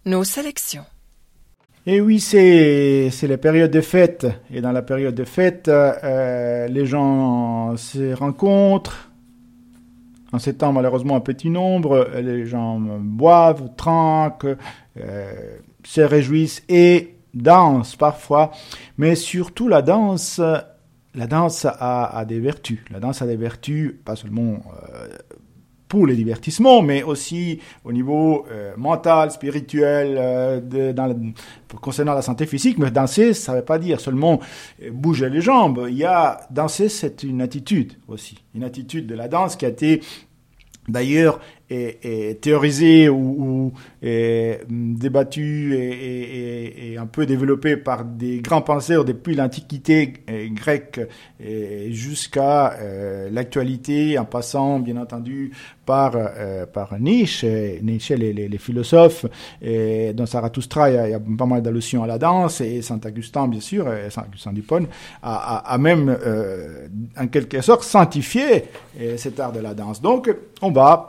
Nos sélections. Et oui, c'est la période de fête. Et dans la période de fête, les gens se rencontrent. En ces temps, malheureusement, un petit nombre. Les gens boivent, trinquent, se réjouissent et dansent parfois. Mais surtout, la danse a des vertus. La danse a des vertus, pas seulement pour les divertissements, mais aussi au niveau mental, spirituel, concernant la santé physique. Mais danser, ça ne veut pas dire seulement bouger les jambes. Danser, c'est une attitude aussi. Une attitude de la danse qui a été d'ailleurs est théorisé ou débattu et un peu développé par des grands penseurs depuis l'Antiquité grecque jusqu'à l'actualité, en passant bien entendu par Nietzsche, les philosophes. Et dans Zarathustra, il y a pas mal d'allusions à la danse, et Saint-Augustin, bien sûr, Saint-Augustin d'Hippone, a même en quelque sorte sanctifié cet art de la danse. Donc, on va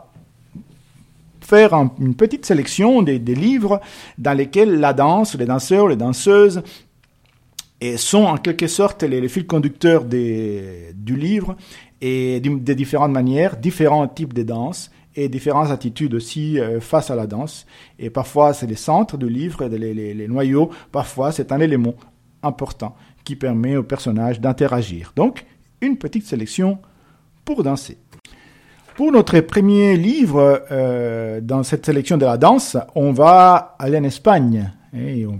faire une petite sélection des livres dans lesquels la danse, les danseurs, les danseuses sont en quelque sorte les fils conducteurs du livre et de différentes manières, différents types de danse et différentes attitudes aussi face à la danse. Et parfois, c'est les centres du livre, les noyaux. Parfois, c'est un élément important qui permet aux personnages d'interagir. Donc, une petite sélection pour danser. Pour notre premier livre dans cette sélection de la danse, on va aller en Espagne et on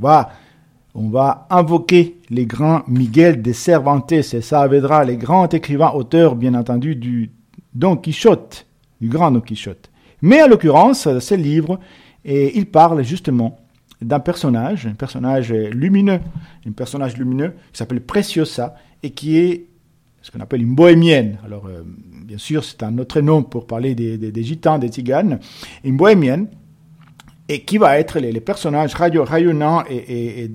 va invoquer les grands Miguel de Cervantes et Saavedra, les grands écrivains auteurs, bien entendu, du Don Quichotte, du grand Don Quichotte. Mais en l'occurrence, ce livre, il parle justement d'un personnage, un personnage lumineux qui s'appelle Preciosa et qui est ce qu'on appelle une bohémienne. Alors, bien sûr, c'est un autre nom pour parler des gitans, des tziganes. Une bohémienne, et qui va être les personnages rayonnants et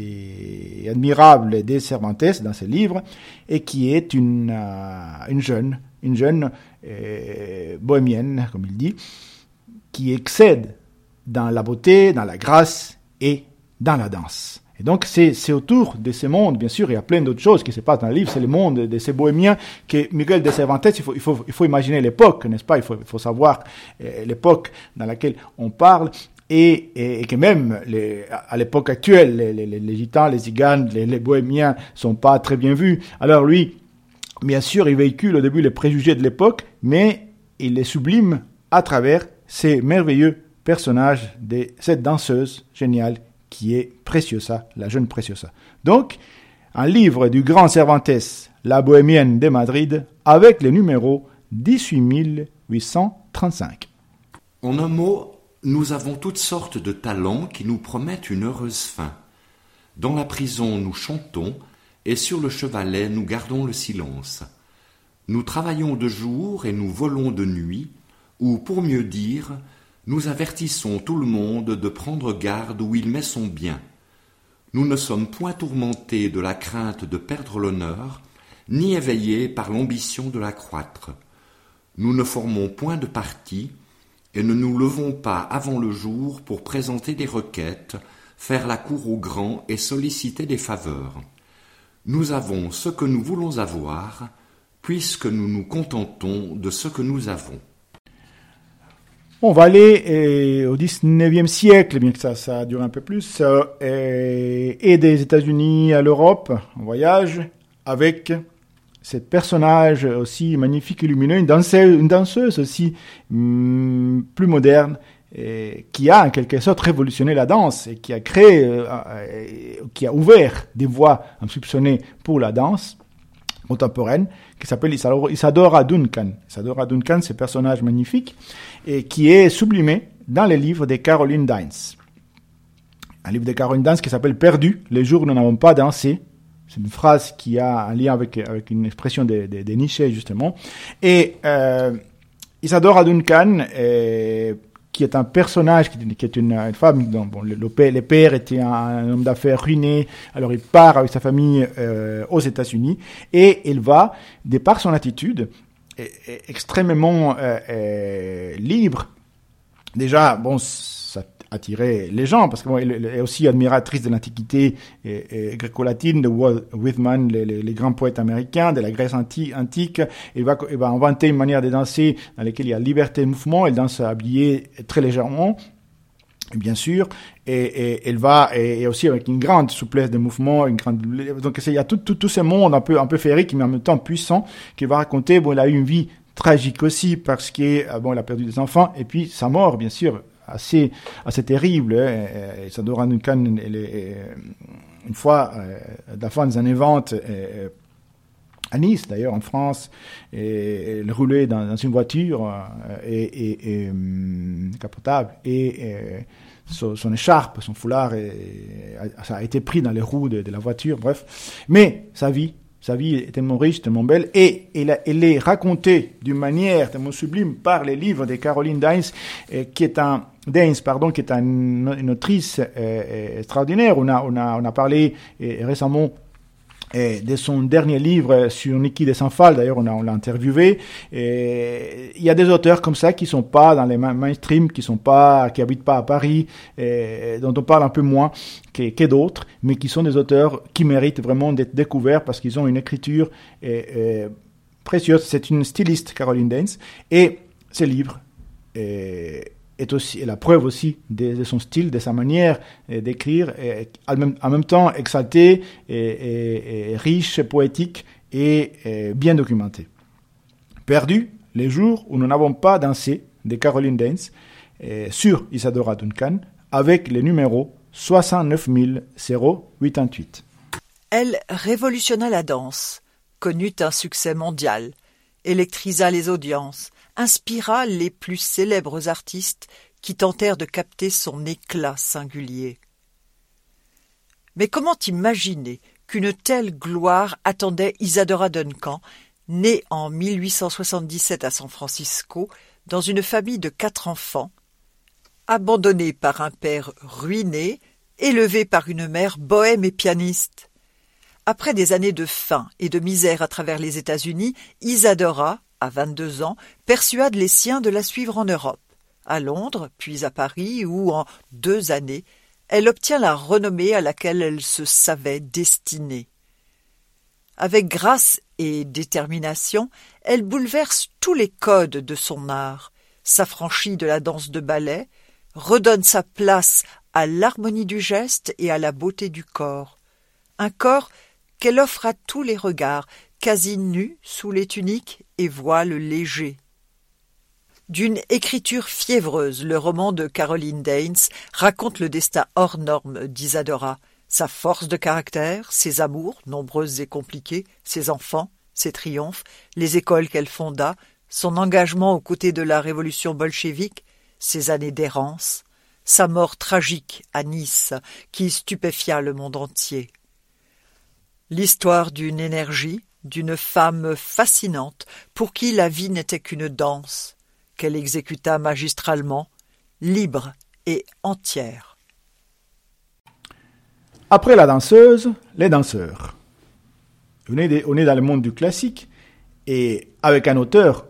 admirables des Cervantes dans ce livre, et qui est une jeune bohémienne, comme il dit, qui excède dans la beauté, dans la grâce et dans la danse. Et donc, c'est autour de ce monde, bien sûr, il y a plein d'autres choses qui se passent dans le livre, c'est le monde de ces bohémiens que Miguel de Cervantes, il faut imaginer l'époque, n'est-ce pas? Il faut savoir l'époque dans laquelle on parle, et que même à l'époque actuelle, les gitans, les tziganes, les bohémiens sont pas très bien vus. Alors lui, bien sûr, il véhicule au début les préjugés de l'époque, mais il les sublime à travers ces merveilleux personnages de cette danseuse géniale qui est Preciosa, la jeune Preciosa. Donc, un livre du grand Cervantes, La Bohémienne de Madrid, avec le numéro 18835. En un mot, nous avons toutes sortes de talents qui nous promettent une heureuse fin. Dans la prison, nous chantons, et sur le chevalet, nous gardons le silence. Nous travaillons de jour et nous volons de nuit, ou pour mieux dire, nous avertissons tout le monde de prendre garde où il met son bien. Nous ne sommes point tourmentés de la crainte de perdre l'honneur, ni éveillés par l'ambition de l'accroître. Nous ne formons point de parti, et ne nous levons pas avant le jour pour présenter des requêtes, faire la cour aux grands et solliciter des faveurs. Nous avons ce que nous voulons avoir, puisque nous nous contentons de ce que nous avons. On va aller au 19e siècle, bien que ça dure un peu plus, et des États-Unis à l'Europe, en voyage, avec ce personnage aussi magnifique et lumineux, une danseuse aussi plus moderne, qui a en quelque sorte révolutionné la danse et qui a créé, qui a ouvert des voies insoupçonnées pour la danse contemporaine, qui s'appelle Isadora Duncan. Isadora Duncan, c'est un personnage magnifique et qui est sublimé dans les livres de Caroline Dines. Un livre de Caroline Dines qui s'appelle Perdu, les jours où nous n'avons pas dansé. C'est une phrase qui a un lien avec une expression de Nietzsche, justement. Et Isadora Duncan, qui est un personnage, qui est une femme dont le père était un homme d'affaires ruiné, alors il part avec sa famille aux États-Unis, et il va, de par son attitude, extrêmement libre. Déjà, bon, attirer les gens, parce qu'elle est aussi admiratrice de l'Antiquité gréco-latine, de Walt Whitman, les grands poètes américains, de la Grèce antique. Elle va inventer une manière de danser dans laquelle il y a liberté de mouvement. Elle danse habillée très légèrement, bien sûr, et elle va, et aussi avec une grande souplesse de mouvement, donc il y a tout ce monde un peu féerique, mais en même temps puissant, qui va raconter, bon, il a eu une vie tragique aussi, parce que, bon, il a perdu des enfants, et puis sa mort, bien sûr, assez terrible. Isadora Duncan, une fois, à la fin des années 20, à Nice, d'ailleurs, en France, et elle roulait dans une voiture capotable, et son écharpe, son foulard, ça a été pris dans les roues de la voiture, bref. Mais sa vie est tellement riche, tellement belle, et elle est racontée d'une manière tellement sublime par les livres de Caroline Daines, qui est une autrice extraordinaire. On a parlé récemment de son dernier livre sur Niki de Saint-Phal, d'ailleurs on l'a interviewé. Il y a des auteurs comme ça qui sont pas dans les mainstream, qui habitent pas à Paris, dont on parle un peu moins que d'autres, mais qui sont des auteurs qui méritent vraiment d'être découverts parce qu'ils ont une écriture précieuse. C'est une styliste, Caroline Daines, et ce livre est aussi la preuve aussi de son style, de sa manière d'écrire, en même temps exalté, et riche, poétique et bien documenté. Perdu, les jours où nous n'avons pas dansé, de Caroline Daines, sur Isadora Duncan, avec le numéro 69 088. Elle révolutionna la danse, connut un succès mondial, électrisa les audiences, inspira les plus célèbres artistes qui tentèrent de capter son éclat singulier. Mais comment imaginer qu'une telle gloire attendait Isadora Duncan, née en 1877 à San Francisco, dans une famille de 4 enfants, abandonnée par un père ruiné, élevée par une mère bohème et pianiste. Après des années de faim et de misère à travers les États-Unis, Isadora, à 22 ans, persuade les siens de la suivre en Europe, à Londres, puis à Paris, où, en 2 années, elle obtient la renommée à laquelle elle se savait destinée. Avec grâce et détermination, elle bouleverse tous les codes de son art, s'affranchit de la danse de ballet, redonne sa place à l'harmonie du geste et à la beauté du corps. Un corps qu'elle offre à tous les regards, quasi nu sous les tuniques et voiles légers. D'une écriture fiévreuse, le roman de Caroline Daines raconte le destin hors norme d'Isadora, sa force de caractère, ses amours, nombreuses et compliquées, ses enfants, ses triomphes, les écoles qu'elle fonda, son engagement aux côtés de la révolution bolchevique, ses années d'errance, sa mort tragique à Nice qui stupéfia le monde entier. L'histoire d'une énergie, d'une femme fascinante pour qui la vie n'était qu'une danse, qu'elle exécuta magistralement, libre et entière. Après la danseuse, les danseurs. On est dans le monde du classique, et avec un auteur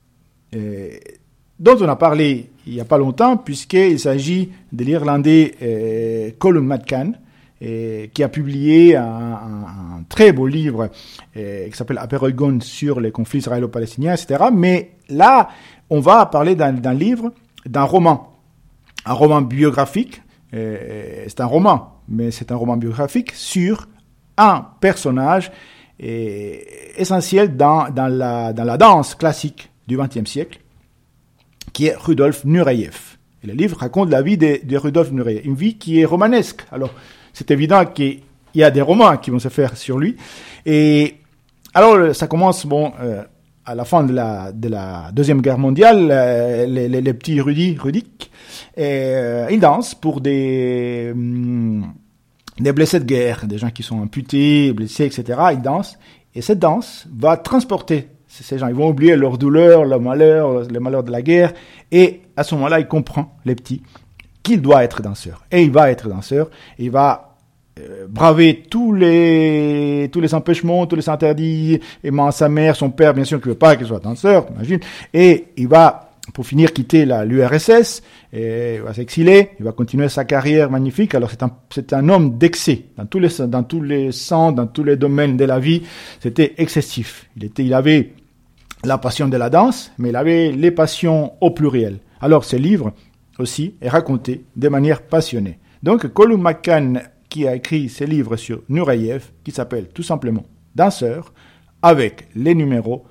dont on a parlé il n'y a pas longtemps, puisqu'il s'agit de l'Irlandais Colum McCann, qui a publié un très beau livre qui s'appelle Aperoigon sur les conflits israélo-palestiniens, etc. Mais là, on va parler d'un livre, d'un roman. Un roman biographique. C'est un roman, mais c'est un roman biographique sur un personnage essentiel dans la danse classique du XXe siècle, qui est Rudolf Nureyev. Et le livre raconte la vie de Rudolf Nureyev, une vie qui est romanesque. Alors, c'est évident qu'il y a des romans qui vont se faire sur lui. Et alors, ça commence, à la fin de la Deuxième Guerre mondiale, les petits Rudik, ils dansent pour des blessés de guerre, des gens qui sont amputés, blessés, etc. Ils dansent. Et cette danse va transporter ces gens. Ils vont oublier leur douleur, leur malheur, les malheurs de la guerre. Et à ce moment-là, il comprend, les petits, qu'il doit être danseur. Et il va être danseur. Il va braver tous les empêchements, tous les interdits, aimant sa mère, son père, bien sûr, qui ne veut pas qu'il soit danseur, t'imagines. Et il va pour finir quitter l'URSS, et il va s'exiler, il va continuer sa carrière magnifique. Alors c'est un homme d'excès dans tous les sens, dans tous les domaines de la vie. C'était excessif. Il avait la passion de la danse, mais il avait les passions au pluriel. Alors ce livre aussi est raconté de manière passionnée. Donc Kolum Makan, qui a écrit ce livre sur Nureyev, qui s'appelle tout simplement Danseur, avec les numéros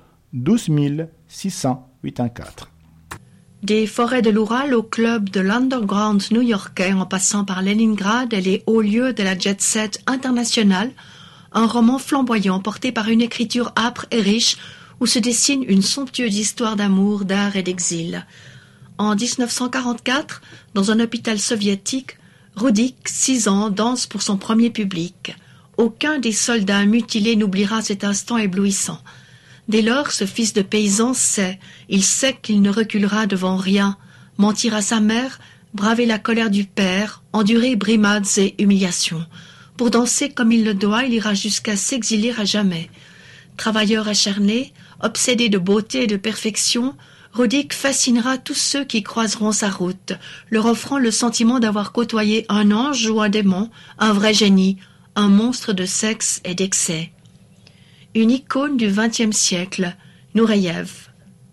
12684. Des forêts de l'Oural au club de l'underground new-yorkais en passant par Leningrad et les hauts lieux de la jet-set internationale, un roman flamboyant porté par une écriture âpre et riche où se dessine une somptueuse histoire d'amour, d'art et d'exil. En 1944, dans un hôpital soviétique, Rudik, 6 ans, danse pour son premier public. Aucun des soldats mutilés n'oubliera cet instant éblouissant. Dès lors, ce fils de paysan sait qu'il ne reculera devant rien, mentir à sa mère, braver la colère du père, endurer brimades et humiliations. Pour danser comme il le doit, il ira jusqu'à s'exiler à jamais. Travailleur acharné, obsédé de beauté et de perfection, Rudik fascinera tous ceux qui croiseront sa route, leur offrant le sentiment d'avoir côtoyé un ange ou un démon, un vrai génie, un monstre de sexe et d'excès. Une icône du XXe siècle, Nureyev.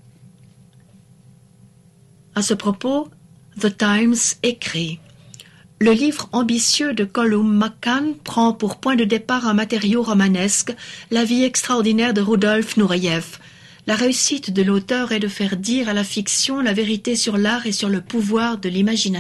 À ce propos, The Times écrit « Le livre ambitieux de Kolum Makan prend pour point de départ un matériau romanesque, la vie extraordinaire de Rudolf Nureyev. La réussite de l'auteur est de faire dire à la fiction la vérité sur l'art et sur le pouvoir de l'imagination. »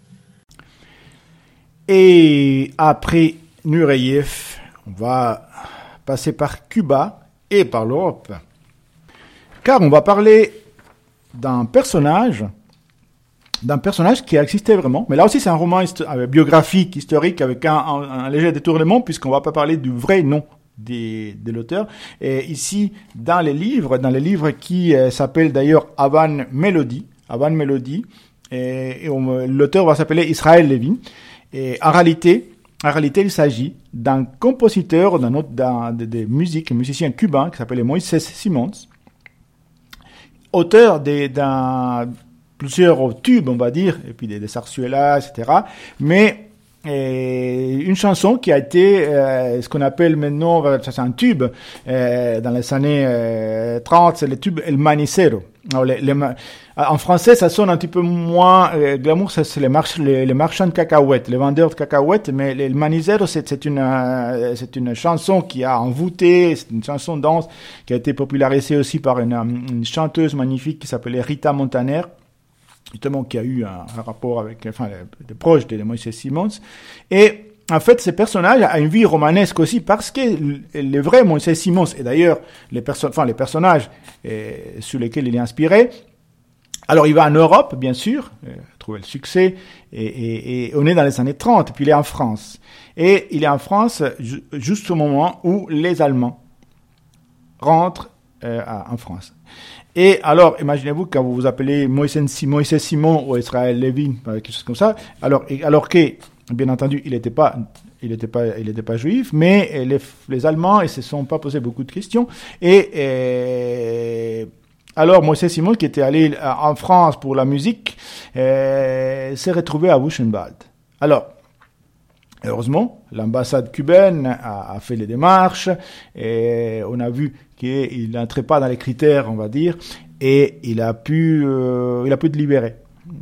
Et après Nureyev, on va passer par Cuba et par l'Europe. Car on va parler d'un personnage qui a existé vraiment. Mais là aussi, c'est un roman biographique, historique, avec un léger détournement, puisqu'on ne va pas parler du vrai nom de l'auteur. Et ici, dans les livres qui s'appellent d'ailleurs Avan Melody, et l'auteur va s'appeler Israël Levin. Et en réalité, il s'agit d'un compositeur de musique, un musicien cubain qui s'appelait Moïse Simons, auteur d'un plusieurs tubes, on va dire, et puis des zarzuelas, etc. Mais une chanson qui a été ce qu'on appelle maintenant, c'est un tube, dans les années 30, c'est le tube El Manicero. Alors, en français, ça sonne un petit peu moins glamour, c'est les marchands de cacahuètes, les vendeurs de cacahuètes, mais le Manicero, c'est une chanson qui a envoûté, c'est une chanson danse qui a été popularisée aussi par une chanteuse magnifique qui s'appelait Rita Montaner, justement qui a eu un rapport avec, des proches de Moïse Simons. Et en fait, ce personnage a une vie romanesque aussi parce que le vrai Moïse Simons, et d'ailleurs les personnages sur lesquels il est inspiré, alors il va en Europe, bien sûr, trouver le succès, et on est dans les années 30, puis il est en France. Et il est en France juste au moment où les Allemands rentrent en France. Et alors, imaginez-vous quand vous vous appelez Moïse Simon ou Israël Levin, quelque chose comme ça, alors que, bien entendu, il n'était pas juif, mais les Allemands, ils se sont pas posé beaucoup de questions. Et alors, Moïse Simon, qui était allé en France pour la musique, s'est retrouvé à Buchenwald. Alors, heureusement, l'ambassade cubaine a fait les démarches, et on a vu qu'il n'entrait pas dans les critères, on va dire, et il a pu te libérer.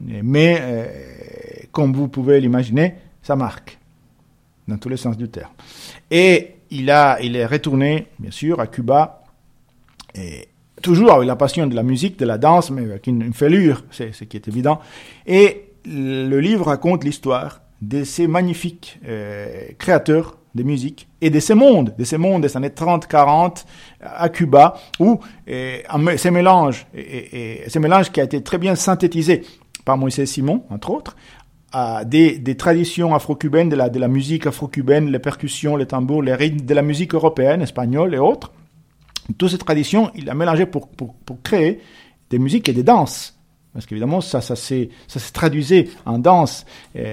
Mais, comme vous pouvez l'imaginer, ça marque, dans tous les sens du terme. Et il est retourné, bien sûr, à Cuba, et toujours avec la passion de la musique, de la danse, mais avec une fêlure, c'est ce qui est évident. Et le livre raconte l'histoire de ces magnifiques créateurs de musique et de ces mondes des années 30-40 à Cuba, où ces mélanges qui a été très bien synthétisé par Moïse Simon, entre autres, des traditions afro-cubaines, de la musique afro-cubaine, les percussions, les tambours, les rythmes, de la musique européenne, espagnole et autres. Toutes ces traditions, il a mélangé pour créer des musiques et des danses Parce qu'évidemment, ça se traduisait en danse.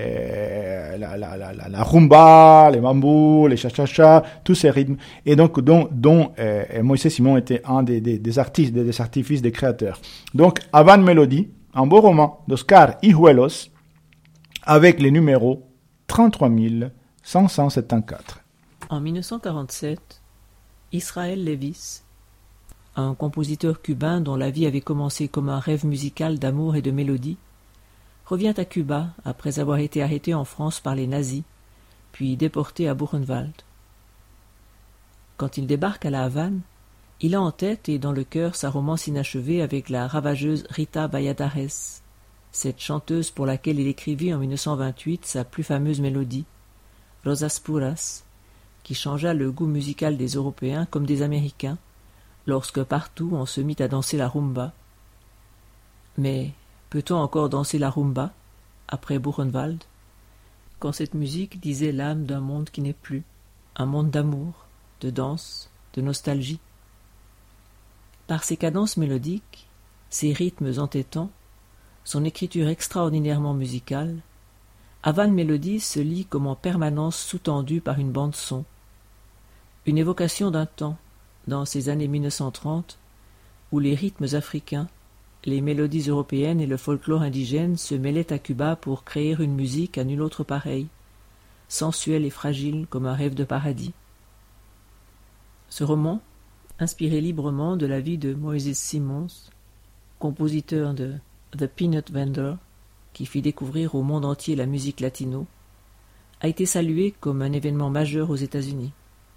La rumba, les mambo, les cha-cha-cha, tous ces rythmes. Et donc, dont Moïse Simon était un des artistes, des artifices, des créateurs. Donc, Avant Mélodie, un beau roman d'Oscar Hijuelos, avec les numéros 33 574. En 1947, Israel Lévis, un compositeur cubain dont la vie avait commencé comme un rêve musical d'amour et de mélodie, revient à Cuba après avoir été arrêté en France par les nazis, puis déporté à Buchenwald. Quand il débarque à La Havane, il a en tête et dans le cœur sa romance inachevée avec la ravageuse Rita Valladares, cette chanteuse pour laquelle il écrivit en 1928 sa plus fameuse mélodie, Rosas Puras, qui changea le goût musical des Européens comme des Américains, lorsque partout on se mit à danser la rumba. Mais peut-on encore danser la rumba, après Buchenwald, quand cette musique disait l'âme d'un monde qui n'est plus, un monde d'amour, de danse, de nostalgie? Par ses cadences mélodiques, ses rythmes entêtants, son écriture extraordinairement musicale, Avant Mélodie se lit comme en permanence sous-tendue par une bande-son, une évocation d'un temps, dans ces années 1930, où les rythmes africains, les mélodies européennes et le folklore indigène se mêlaient à Cuba pour créer une musique à nulle autre pareille, sensuelle et fragile comme un rêve de paradis. Ce roman, inspiré librement de la vie de Moïse Simons, compositeur de The Peanut Vendor, qui fit découvrir au monde entier la musique latino, a été salué comme un événement majeur aux États-Unis.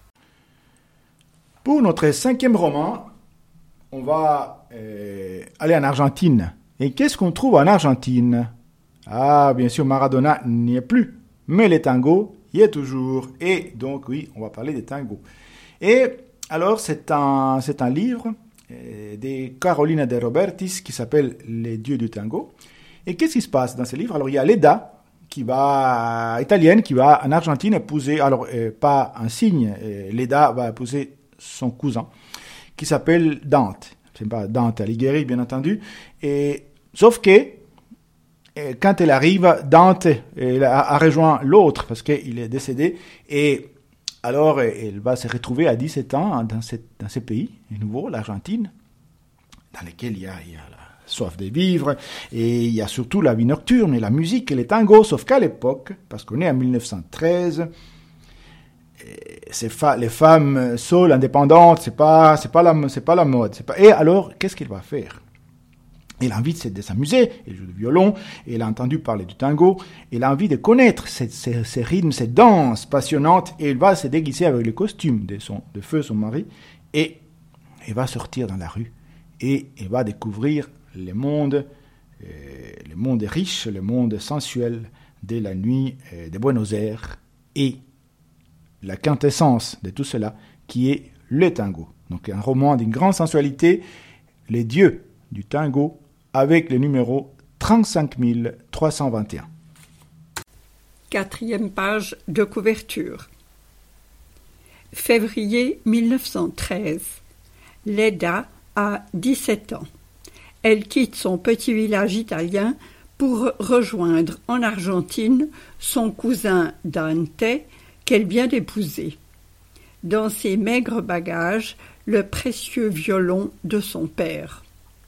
Pour notre 5e roman, on va aller en Argentine. Et qu'est-ce qu'on trouve en Argentine? Ah, bien sûr, Maradona n'y est plus, mais les tangos y est toujours. Et donc, oui, on va parler des tangos. Et alors, c'est un livre de Carolina de Robertis qui s'appelle Les dieux du tango. Et qu'est-ce qui se passe dans ce livre? Alors, il y a Leda, italienne, qui va en Argentine épouser, alors pas un signe, Leda va épouser son cousin, qui s'appelle Dante. C'est pas Dante Alighieri, bien entendu. Et, sauf que, quand elle arrive, Dante a rejoint l'autre, parce qu'il est décédé, et alors elle va se retrouver à 17 ans dans ce pays, nouveau, l'Argentine, dans lequel il y a la soif de vivre, et il y a surtout la vie nocturne, et la musique, et les tangos, sauf qu'à l'époque, parce qu'on est en 1913, les femmes seules, indépendantes, c'est pas la mode. Et alors, qu'est-ce qu'elle va faire? Elle a envie de s'amuser, elle joue du violon, elle a entendu parler du tango, elle a envie de connaître ces rythmes, ces danses passionnantes, et elle va se déguiser avec le costume de feu, son mari, et elle va sortir dans la rue, et elle va découvrir le monde riche, le monde sensuel de la nuit de Buenos Aires, et la quintessence de tout cela, qui est le tango. Donc un roman d'une grande sensualité, les dieux du tango, avec le numéro 35 321. 4e page de couverture. Février 1913. Leda a 17 ans. Elle quitte son petit village italien pour rejoindre en Argentine son cousin Dante, qu'elle vient d'épouser. Dans ses maigres bagages, le précieux violon de son père.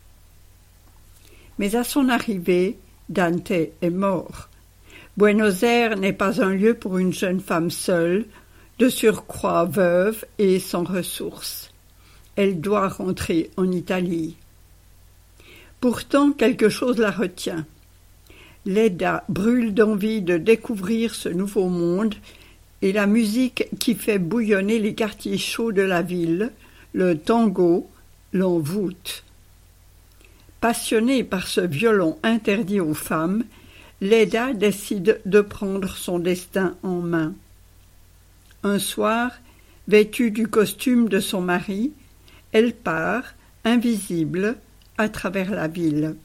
Mais à son arrivée, Dante est mort. Buenos Aires n'est pas un lieu pour une jeune femme seule, de surcroît veuve et sans ressources. Elle doit rentrer en Italie. Pourtant, quelque chose la retient. Leda brûle d'envie de découvrir ce nouveau monde et la musique qui fait bouillonner les quartiers chauds de la ville, le tango, l'envoûte. Passionnée par ce violon interdit aux femmes, Leda décide de prendre son destin en main. Un soir, vêtue du costume de son mari, elle part, invisible, à travers la ville.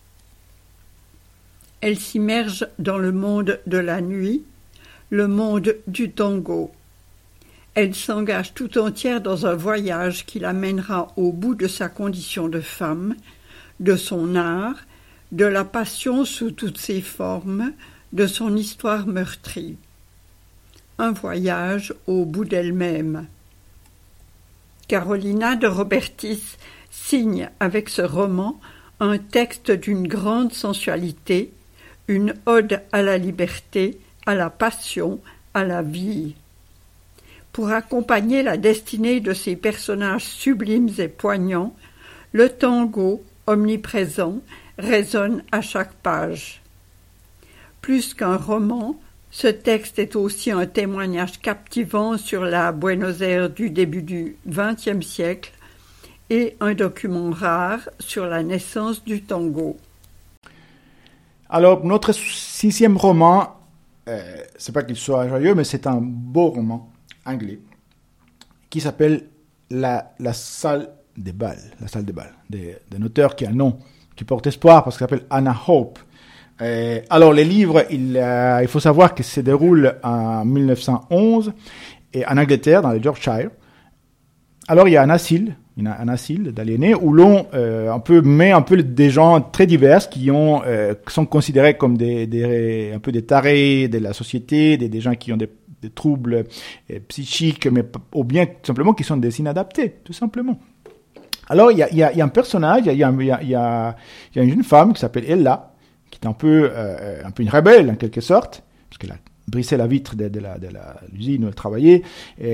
Elle s'immerge dans le monde de la nuit, le monde du tango. Elle s'engage tout entière dans un voyage qui l'amènera au bout de sa condition de femme, de son art, de la passion sous toutes ses formes, de son histoire meurtrie. Un voyage au bout d'elle-même. Carolina de Robertis signe avec ce roman un texte d'une grande sensualité, une ode à la liberté, à la passion, à la vie. Pour accompagner la destinée de ces personnages sublimes et poignants, le tango, omniprésent, résonne à chaque page. Plus qu'un roman, ce texte est aussi un témoignage captivant sur la Buenos Aires du début du XXe siècle et un document rare sur la naissance du tango. Alors, notre 6e roman, c'est pas qu'il soit joyeux, mais c'est un beau roman anglais qui s'appelle La salle des balles. La salle des balles, d'un auteur qui a un nom qui porte espoir parce qu'il s'appelle Anna Hope. Alors, les livres, il faut savoir que se déroulent en 1911 et en Angleterre, dans le Yorkshire. Alors, il y a un asile d'aliénés où l'on met un peu des gens très divers qui sont considérés comme un peu des tarés de la société, des gens qui ont des troubles psychiques, mais ou bien tout simplement qui sont des inadaptés, tout simplement. Alors il y a un personnage, il y a une jeune femme qui s'appelle Ella, qui est un peu une rebelle en quelque sorte, parce qu'elle a brisé la vitre de l'usine où elle travaillait,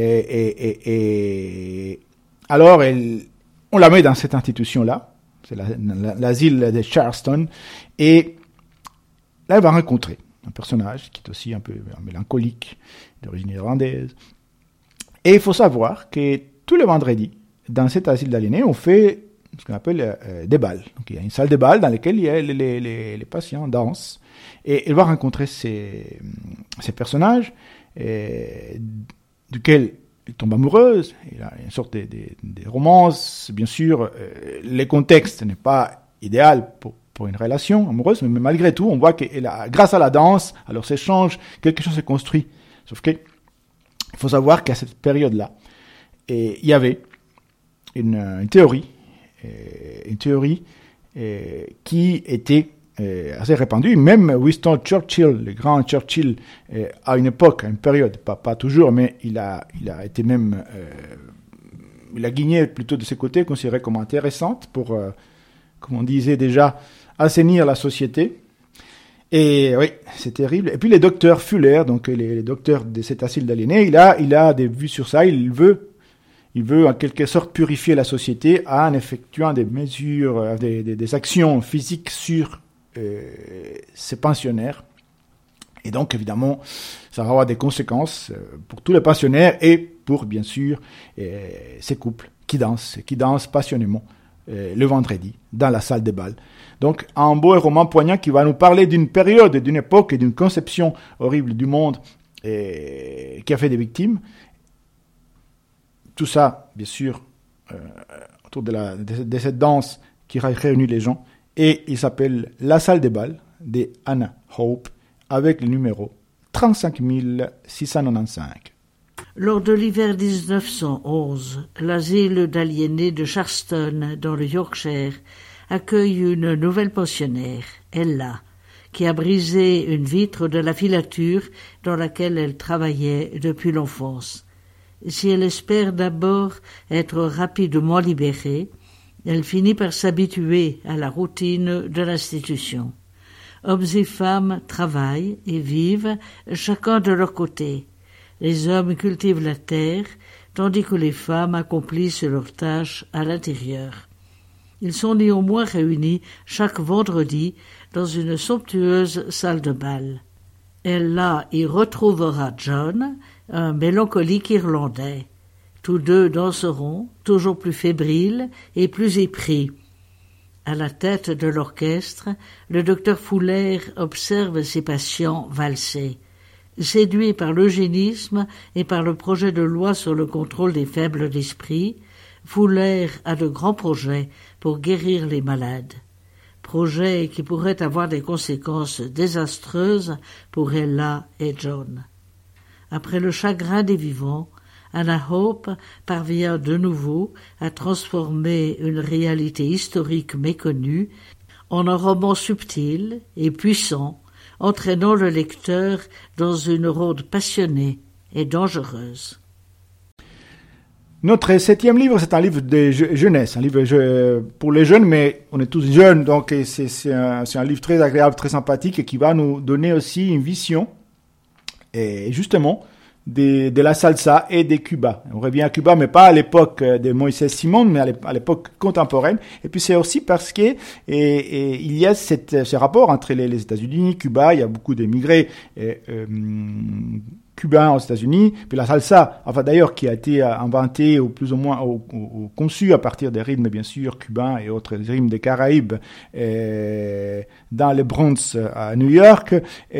et alors on la met dans cette institution-là, c'est l'asile de Charleston, et là elle va rencontrer un personnage qui est aussi un peu mélancolique, d'origine irlandaise. Et il faut savoir que tous les vendredis, dans cet asile d'aliénés, on fait ce qu'on appelle des balles. Donc il y a une salle de bal dans laquelle les patients dansent. Et elle va rencontrer ces personnages, duquel elle tombe amoureuse. Il y a une sorte de romance. Bien sûr, le contexte n'est pas idéal pour une relation amoureuse, mais malgré tout, on voit que grâce à la danse, à leurs échanges, quelque chose se construit. Sauf que il faut savoir qu'à cette période-là, il y avait une théorie qui était assez répandue. Même Winston Churchill, le grand Churchill, à une période, pas toujours, mais il a été même, il a gagné plutôt de ses côtés, considéré comme intéressante pour, comme on disait déjà, assainir la société. Et oui, c'est terrible. Et puis les docteurs Fuller, donc les docteurs de cet asile d'aliénés, il a des vues sur ça. Il veut en quelque sorte purifier la société en effectuant des mesures, des actions physiques sur ces pensionnaires. Et donc évidemment, ça va avoir des conséquences pour tous les pensionnaires et pour bien sûr ces couples qui dansent passionnément le vendredi dans la salle de bal. Donc un beau roman poignant qui va nous parler d'une période, d'une époque et d'une conception horrible du monde qui a fait des victimes. Tout ça, bien sûr, autour de cette danse qui réunit les gens. Et il s'appelle La salle des bals de Anna Hope avec le numéro 35695. Lors de l'hiver 1911, l'asile d'aliénés de Charleston, dans le Yorkshire, accueille une nouvelle pensionnaire, Ella, qui a brisé une vitre de la filature dans laquelle elle travaillait depuis l'enfance. Si elle espère d'abord être rapidement libérée, elle finit par s'habituer à la routine de l'institution. Hommes et femmes travaillent et vivent chacun de leur côté. Les hommes cultivent la terre, tandis que les femmes accomplissent leurs tâches à l'intérieur. Ils sont néanmoins réunis chaque vendredi dans une somptueuse salle de bal. Ella y retrouvera John, un mélancolique Irlandais. Tous deux danseront, toujours plus fébriles et plus épris. À la tête de l'orchestre, le docteur Fuller observe ses patients valser. Séduit par l'eugénisme et par le projet de loi sur le contrôle des faibles d'esprit, Fuller a de grands projets pour guérir les malades. Projets qui pourraient avoir des conséquences désastreuses pour Ella et John. Après le chagrin des vivants, Anna Hope parvient de nouveau à transformer une réalité historique méconnue en un roman subtil et puissant, entraînant le lecteur dans une rôde passionnée et dangereuse. Notre 7e livre, c'est un livre de jeunesse, un livre pour les jeunes, mais on est tous jeunes, donc c'est un livre très agréable, très sympathique, et qui va nous donner aussi une vision, et justement, de la salsa et des Cuba. On revient à Cuba, mais pas à l'époque de Moïse Simon, mais à l'époque contemporaine. Et puis c'est aussi parce que il y a ce rapport entre les États-Unis, Cuba. Il y a beaucoup d'émigrés cubains aux États-Unis. Puis la salsa, enfin d'ailleurs, qui a été inventée ou plus ou moins conçue à partir des rythmes, bien sûr, cubains et autres rythmes des Caraïbes dans le Bronx à New York.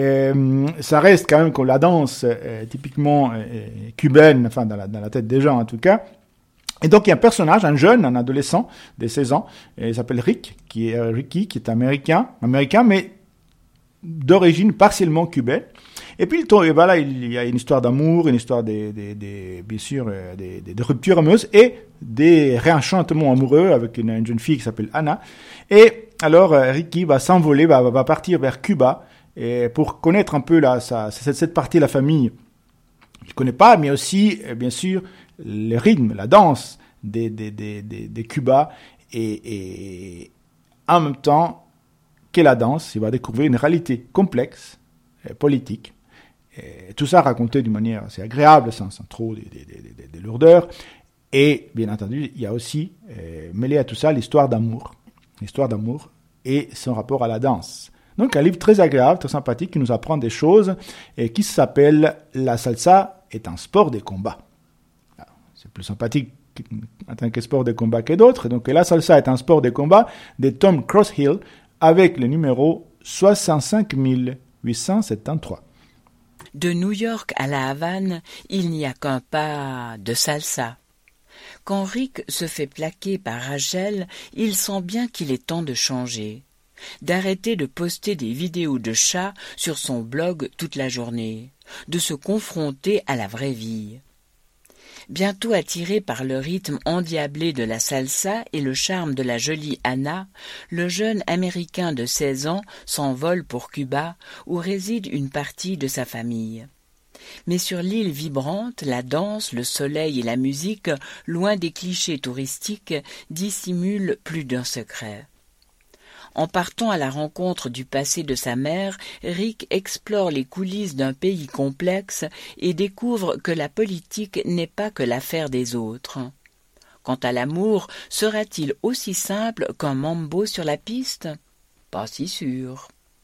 Ça reste quand même comme la danse typiquement cubaine, enfin dans la tête des gens en tout cas. Et donc il y a un personnage, un jeune, un adolescent de 16 ans, il s'appelle Ricky, qui est américain, mais d'origine partiellement cubaine. Et puis voilà, il y a une histoire d'amour, une histoire bien sûr des ruptures amoureuses et des réenchantements amoureux avec une jeune fille qui s'appelle Anna. Et alors Ricky va s'envoler, va partir vers Cuba et pour connaître un peu cette partie de la famille qu'il connaît pas, mais aussi bien sûr le rythme, la danse des Cuba et en même temps que la danse, il va découvrir une réalité complexe, politique. Et tout ça raconté d'une manière assez agréable, sans trop de lourdeur. Et bien entendu, il y a aussi mêlé à tout ça l'histoire d'amour et son rapport à la danse. Donc un livre très agréable, très sympathique, qui nous apprend des choses et qui s'appelle « La salsa est un sport de combat ». C'est plus sympathique en tant que sport de combat que d'autres. Donc la salsa est un sport de combat de Tom Crosshill avec le numéro 65 873. De New York à la Havane, il n'y a qu'un pas de salsa. Quand Rick se fait plaquer par Rachel, il sent bien qu'il est temps de changer, d'arrêter de poster des vidéos de chats sur son blog toute la journée, de se confronter à la vraie vie. Bientôt attiré par le rythme endiablé de la salsa et le charme de la jolie Anna, le jeune Américain de 16 ans s'envole pour Cuba, où réside une partie de sa famille. Mais sur l'île vibrante, la danse, le soleil et la musique, loin des clichés touristiques, dissimulent plus d'un secret. En partant à la rencontre du passé de sa mère, Rick explore les coulisses d'un pays complexe et découvre que la politique n'est pas que l'affaire des autres. Quant à l'amour, sera-t-il aussi simple qu'un mambo sur la piste? Pas si sûr.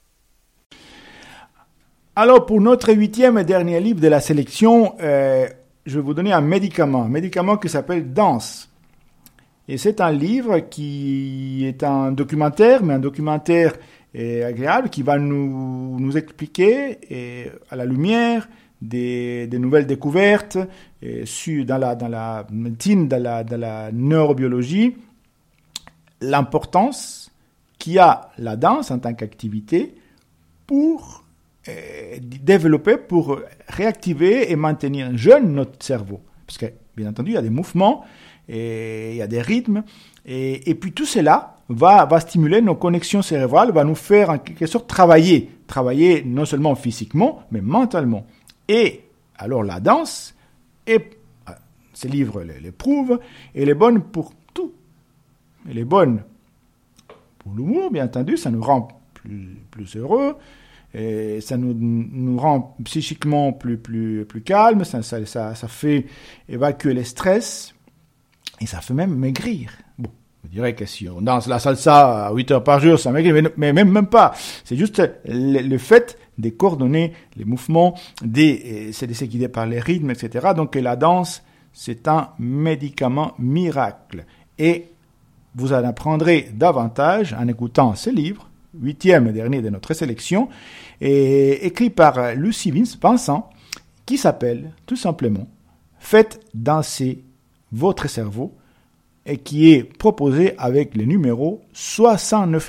Alors pour notre 8e et dernier livre de la sélection, je vais vous donner un médicament qui s'appelle Danse. Et c'est un livre qui est un documentaire, mais un documentaire agréable qui va nous expliquer à la lumière des nouvelles découvertes dans la médecine, dans la neurobiologie, l'importance qu'il y a la danse en tant qu'activité pour développer, pour réactiver et maintenir jeune notre cerveau. Parce que, bien entendu, il y a des mouvements, et il y a des rythmes, et puis tout cela va stimuler nos connexions cérébrales, va nous faire en quelque sorte travailler non seulement physiquement, mais mentalement. Et alors la danse, ce livre le prouve, elle est bonne pour tout. Elle est bonne pour l'humour, bien entendu, ça nous rend plus heureux, et ça nous rend psychiquement plus calme, ça fait évacuer les stress, et ça fait même maigrir. Bon, je dirais que si on danse la salsa à 8 heures par jour, ça maigrit, mais même pas. C'est juste le fait de coordonner les mouvements, c'est de se guider par les rythmes, etc. Donc la danse, c'est un médicament miracle. Et vous en apprendrez davantage en écoutant ce livre, 8e et dernier de notre sélection, écrit par Lucy Vincent, qui s'appelle tout simplement « Faites danser votre cerveau » et qui est proposé avec le numéro 69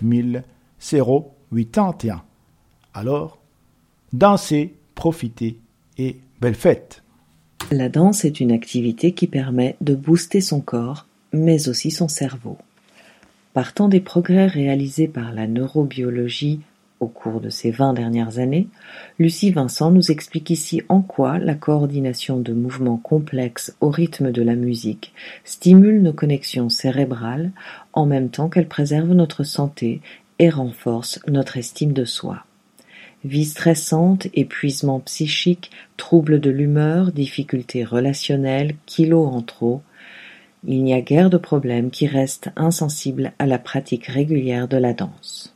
081. Alors, dansez, profitez et belle fête. La danse est une activité qui permet de booster son corps, mais aussi son cerveau. Partant des progrès réalisés par la neurobiologie au cours de ces 20 dernières années, Lucie Vincent nous explique ici en quoi la coordination de mouvements complexes au rythme de la musique stimule nos connexions cérébrales en même temps qu'elle préserve notre santé et renforce notre estime de soi. Vie stressante, épuisement psychique, troubles de l'humeur, difficultés relationnelles, kilos en trop, il n'y a guère de problème qui reste insensible à la pratique régulière de la danse.